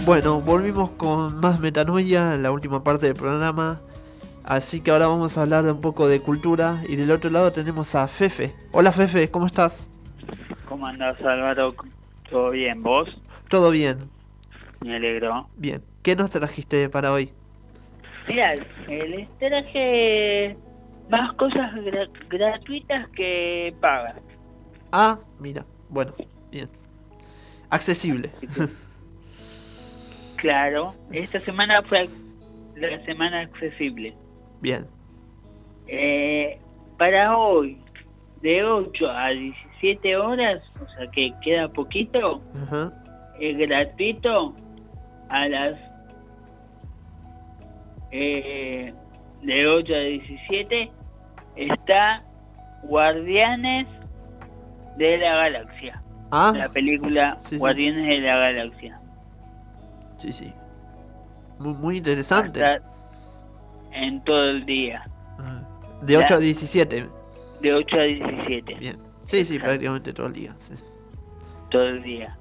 Speaker 1: Bueno, volvimos con más metanoia en la última parte del programa. Así que ahora vamos a hablar de un poco de cultura. Y del otro lado tenemos a Fefe. Hola Fefe, ¿cómo estás?
Speaker 3: ¿Cómo andás, Álvaro? ¿Todo bien? ¿Vos?
Speaker 1: Todo bien.
Speaker 3: Me alegro.
Speaker 1: Bien. ¿Qué nos trajiste para hoy?
Speaker 3: Mira, les traje más cosas gra- gratuitas que pagas.
Speaker 1: Ah, mira. Bueno, bien. Accesible.
Speaker 3: Claro, esta semana fue la semana accesible.
Speaker 1: Bien.
Speaker 3: Eh, para hoy, de ocho a diecisiete horas, o sea que queda poquito,
Speaker 1: Ajá.
Speaker 3: es gratuito a las eh, de ocho a diecisiete está Guardianes de la Galaxia.
Speaker 1: Ah.
Speaker 3: La película
Speaker 1: Sí, sí.
Speaker 3: Guardianes de la Galaxia.
Speaker 1: Sí, sí. Muy, muy interesante.
Speaker 3: Va a estar en todo el día.
Speaker 1: De ocho
Speaker 3: La-
Speaker 1: a diecisiete.
Speaker 3: De ocho a diecisiete.
Speaker 1: Bien. Sí, sí, prácticamente todo el día. Sí.
Speaker 3: Todo el día.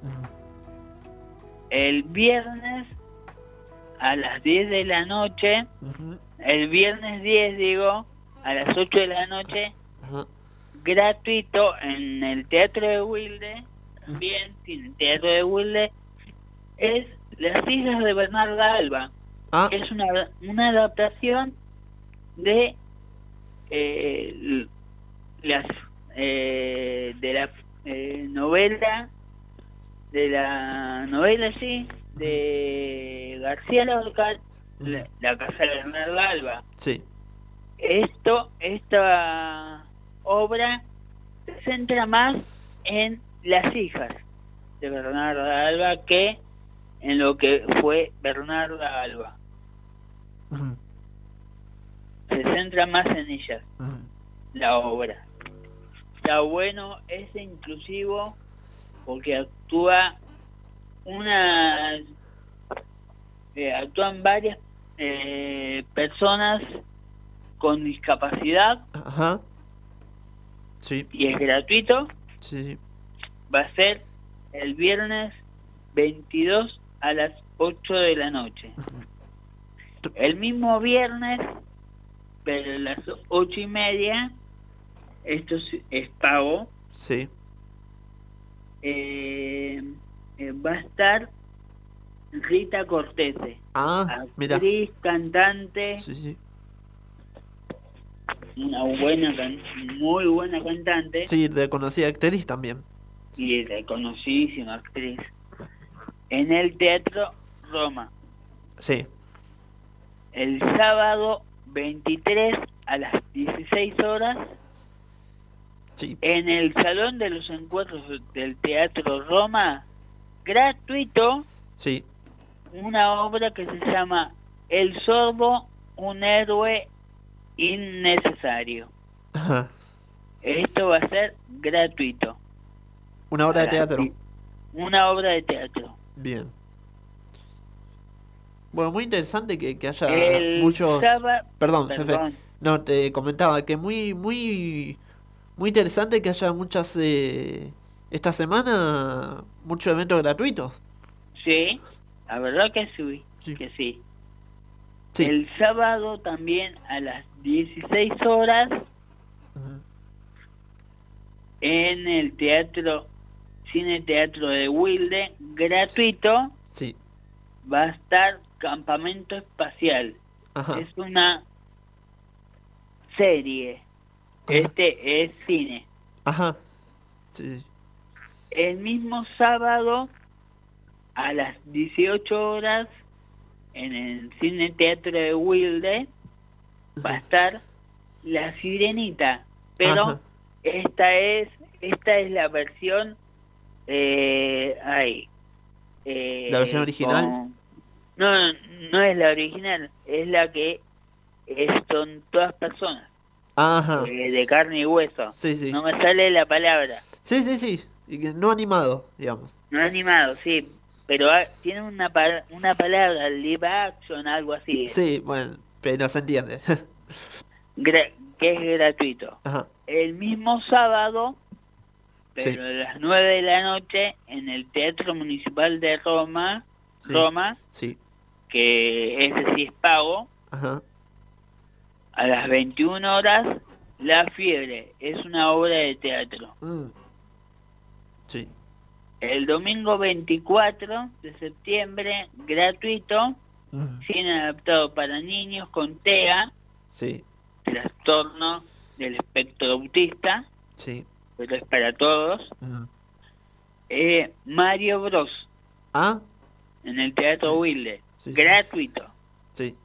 Speaker 3: El viernes a las diez de la noche,
Speaker 1: Ujú.
Speaker 3: el viernes diez digo, a las ocho de la noche,
Speaker 1: Ajá.
Speaker 3: gratuito en el Teatro de Wilde, también en el Teatro de Wilde, es Las Islas de Bernarda Alba.
Speaker 1: Ah.
Speaker 3: Es una, una adaptación de eh, l- las eh, de la eh, novela de la novela sí de García Lorca, la, la Casa de Bernarda Alba.
Speaker 1: Sí.
Speaker 3: Esto esta obra se centra más en las hijas de Bernarda Alba que en lo que fue Bernarda Alba.
Speaker 1: Ujú.
Speaker 3: Se centra más en ellas,
Speaker 1: Ujú.
Speaker 3: la obra. Está bueno, es inclusivo porque actúa una eh, actúan varias eh, personas con discapacidad.
Speaker 1: Ajá. Sí.
Speaker 3: Y es gratuito.
Speaker 1: Sí.
Speaker 3: Va a ser el viernes veintidós a las ocho de la noche. El mismo viernes, pero a las ocho y media, esto es, es pago,
Speaker 1: Sí.
Speaker 3: eh, eh, va a estar Rita Cortese.
Speaker 1: Ah, mira.
Speaker 3: Actriz, cantante,
Speaker 1: Sí, sí.
Speaker 3: una buena, can- muy buena cantante
Speaker 1: Sí, reconocida actriz también.
Speaker 3: y reconocidísima actriz. En el Teatro Roma.
Speaker 1: Sí.
Speaker 3: El sábado veintitrés a las dieciséis horas
Speaker 1: Sí.
Speaker 3: en el Salón de los Encuentros del Teatro Roma, gratuito,
Speaker 1: Sí.
Speaker 3: una obra que se llama El Sorbo, un héroe innecesario.
Speaker 1: Ajá.
Speaker 3: Esto va a ser gratuito.
Speaker 1: Una obra de
Speaker 3: Para-
Speaker 1: teatro.
Speaker 3: Una obra de teatro.
Speaker 1: Bien. Bueno, muy interesante que, que haya
Speaker 3: El
Speaker 1: muchos...
Speaker 3: sábado-
Speaker 1: Perdón,
Speaker 3: Perdón.
Speaker 1: jefe. No, te comentaba que muy, muy, muy interesante que haya muchas... Eh, esta semana, muchos eventos gratuitos.
Speaker 3: Sí, la verdad que sí, que sí. El sábado también a las dieciséis horas en el teatro, Cine Teatro de Wilde, gratuito,
Speaker 1: Sí.
Speaker 3: va a estar Campamento Espacial.
Speaker 1: Ajá.
Speaker 3: Es una serie. Este es cine.
Speaker 1: Ajá. Sí, sí.
Speaker 3: El mismo sábado a las dieciocho horas en el Cine Teatro de Wilde va a estar La Sirenita, pero
Speaker 1: Ajá.
Speaker 3: esta es esta es la versión eh, ahí eh,
Speaker 1: ¿La versión original?
Speaker 3: con- no, no es la original, es la que es, son todas personas
Speaker 1: Ajá.
Speaker 3: eh, de carne y hueso.
Speaker 1: Sí, sí.
Speaker 3: No me sale la palabra.
Speaker 1: Sí, sí, sí. Y que no animado, digamos.
Speaker 3: No animado, sí, pero ha- tiene una pa- una palabra, live action, algo así,
Speaker 1: Sí, bueno, pero se entiende.
Speaker 3: gra- que es gratuito.
Speaker 1: Ajá.
Speaker 3: El mismo sábado, pero
Speaker 1: Sí.
Speaker 3: a las nueve de la noche, en el Teatro Municipal de Roma,
Speaker 1: Sí.
Speaker 3: Roma,
Speaker 1: Sí.
Speaker 3: que ese sí es pago.
Speaker 1: Ajá.
Speaker 3: A las veintiuna horas, La Fiebre, es una obra de teatro.
Speaker 1: Mm. Sí.
Speaker 3: El domingo veinticuatro de septiembre, gratuito,
Speaker 1: Mm.
Speaker 3: cine adaptado para niños con T E A,
Speaker 1: Sí.
Speaker 3: trastorno del espectro autista,
Speaker 1: Sí.
Speaker 3: pero es para todos.
Speaker 1: Mm.
Speaker 3: Eh, Mario Bros.
Speaker 1: Ah,
Speaker 3: En el Teatro Wilde,
Speaker 1: sí, sí.
Speaker 3: gratuito.
Speaker 1: Sí.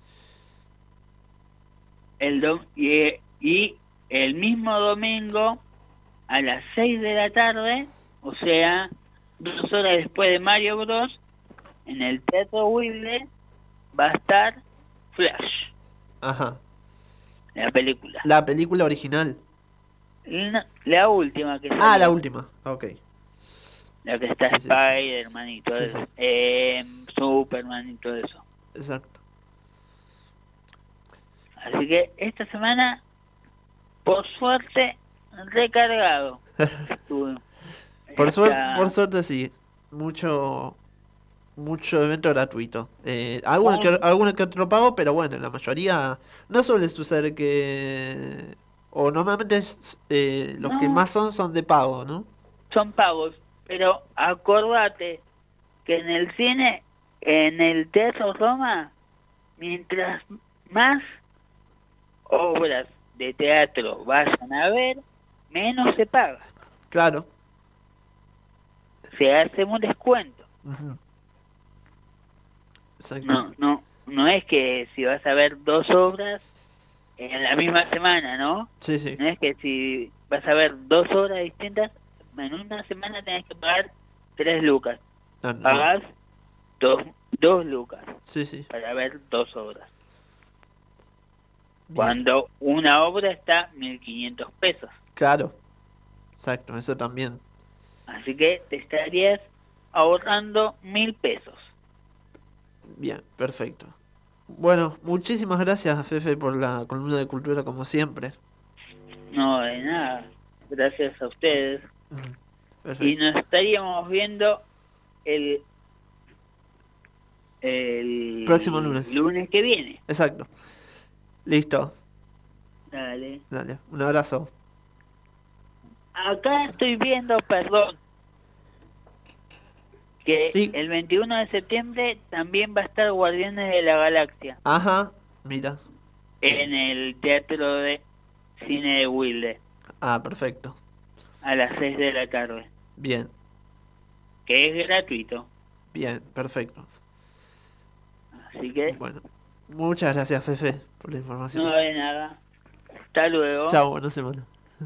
Speaker 3: El do- y, y el mismo domingo a las seis de la tarde, o sea, dos horas después de Mario Bros, en el Teatro Wilde va a estar Flash,
Speaker 1: Ajá.
Speaker 3: la película.
Speaker 1: La película original.
Speaker 3: No, la última que
Speaker 1: Ah,
Speaker 3: salió,
Speaker 1: la última. Ok.
Speaker 3: la que está
Speaker 1: Sí, sí, sí.
Speaker 3: Spider-Man y todo
Speaker 1: Sí,
Speaker 3: eso,
Speaker 1: sí.
Speaker 3: eh, Superman y todo eso.
Speaker 1: Exacto.
Speaker 3: Así que esta semana, por suerte, recargado. Estuve.
Speaker 1: Por
Speaker 3: Hasta-
Speaker 1: suerte, por suerte sí. Mucho mucho evento gratuito. Eh, alguno, que, alguno que otro pago, pero bueno, la mayoría no suele suceder que... O normalmente es, eh, los que
Speaker 3: No.
Speaker 1: más son son de pago, ¿no?
Speaker 3: Son pagos, pero acordate que en el cine, en el Teatro Roma, mientras más obras de teatro vayan a ver, menos se paga.
Speaker 1: Claro.
Speaker 3: Se hace un descuento.
Speaker 1: Ujú. Exacto.
Speaker 3: No, no, no es que si vas a ver dos obras en la misma semana, ¿no?
Speaker 1: Sí, sí.
Speaker 3: No es que si vas a ver dos obras distintas, en una semana tenés que pagar tres lucas.
Speaker 1: Ah, no.
Speaker 3: Pagás dos, dos lucas
Speaker 1: Sí, sí.
Speaker 3: para ver dos obras. Cuando una obra está mil quinientos pesos.
Speaker 1: Claro. Exacto, eso también.
Speaker 3: Así que te estarías ahorrando mil pesos.
Speaker 1: Bien, perfecto. Bueno, muchísimas gracias, Fefe, por la columna de cultura, como siempre.
Speaker 3: No, de nada. Gracias a ustedes.
Speaker 1: Perfecto.
Speaker 3: Y nos estaríamos viendo el, el
Speaker 1: Próximo lunes.
Speaker 3: lunes que viene.
Speaker 1: Exacto. Listo.
Speaker 3: Dale.
Speaker 1: Dale, un abrazo.
Speaker 3: Acá estoy viendo, perdón, que el veintiuno de septiembre también va a estar Guardianes de la Galaxia
Speaker 1: Ajá, mira.
Speaker 3: en el Teatro de Cine de Wilde
Speaker 1: Ah, perfecto.
Speaker 3: a las seis de la tarde,
Speaker 1: Bien,
Speaker 3: que es gratuito.
Speaker 1: bien, perfecto.
Speaker 3: Así que
Speaker 1: Bueno, muchas gracias, Fefe, por la información.
Speaker 3: no de nada. Hasta luego.
Speaker 1: Chao, buena semana.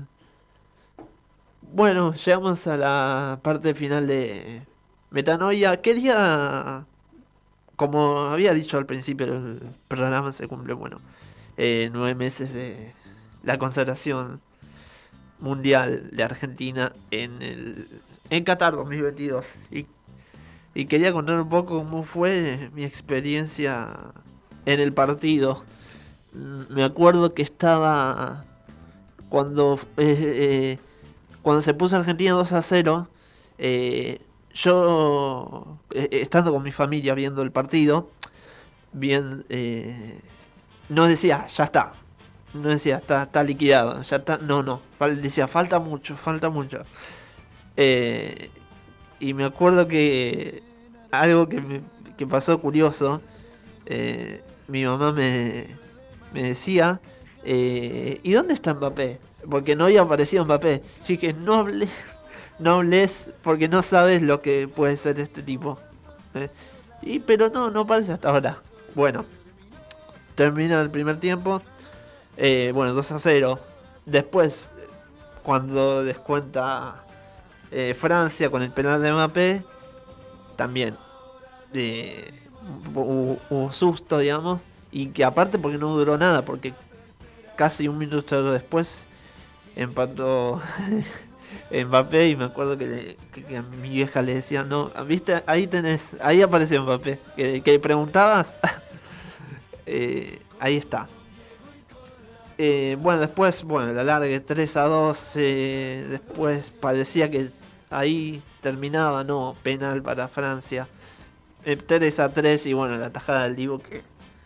Speaker 1: Bueno, llegamos a la parte final de Metanoia. Quería, como había dicho al principio del programa, se cumple, bueno, eh, nueve meses de la consagración mundial de Argentina en el en Qatar dos mil veintidós. Y, y quería contar un poco cómo fue mi experiencia en el partido. Me acuerdo que estaba cuando eh, eh, cuando se puso Argentina dos a cero, eh, yo eh, estando con mi familia viendo el partido, bien, eh, no decía ya está, no decía está, está liquidado, ya está, no, no, fal- decía falta mucho, falta mucho. Eh, y me acuerdo que algo que, me, que pasó curioso, eh, mi mamá me, me decía, eh, ¿y dónde está Mbappé? Porque no había aparecido Mbappé. Yo dije, no hables, no hables porque no sabes lo que puede ser este tipo. ¿Eh? Y pero no, no aparece hasta ahora. Bueno, termina el primer tiempo. Eh, bueno, dos a cero. Después, cuando descuenta eh, Francia con el penal de Mbappé, también eh, hubo, hubo susto, digamos. Y que aparte porque no duró nada, porque casi un minuto después empató Mbappé. Y me acuerdo que, le, que, que a mi vieja le decía, no, viste, ahí tenés, ahí apareció Mbappé, que, que le preguntabas, eh, ahí está. Eh, bueno, después, bueno, la largue tres a dos, eh, después parecía que ahí terminaba, no, penal para Francia, meter esa tres y bueno, la tajada del Divo que...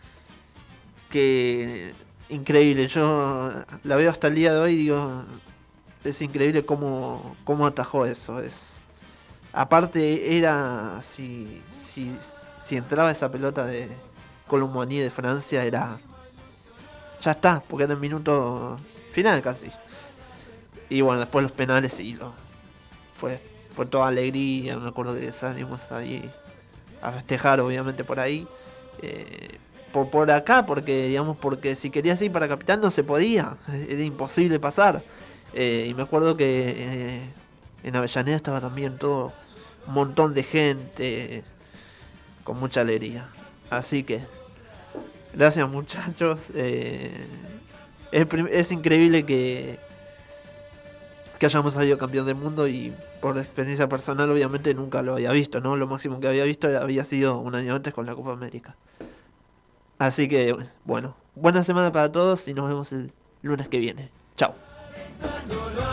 Speaker 1: que increíble, yo la veo hasta el día de hoy y digo, es increíble cómo, cómo atajó eso. Es aparte era si, si, si entraba esa pelota de Colomboigny de Francia, era ya está, porque era el minuto final casi. Y bueno, después los penales y lo, fue, fue toda alegría, me acuerdo que salimos ahí a festejar obviamente por ahí. Eh, Por, por acá, porque digamos, porque si querías ir para Capital no se podía, era imposible pasar. Eh, y me acuerdo que eh, en Avellaneda estaba también todo un montón de gente, con mucha alegría. Así que, gracias muchachos. Eh, es, es increíble que, que hayamos salido campeón del mundo y por experiencia personal obviamente nunca lo había visto, ¿no? Lo máximo que había visto era, había sido un año antes con la Copa América. Así que, bueno, buena semana para todos y nos vemos el lunes que viene. Chao.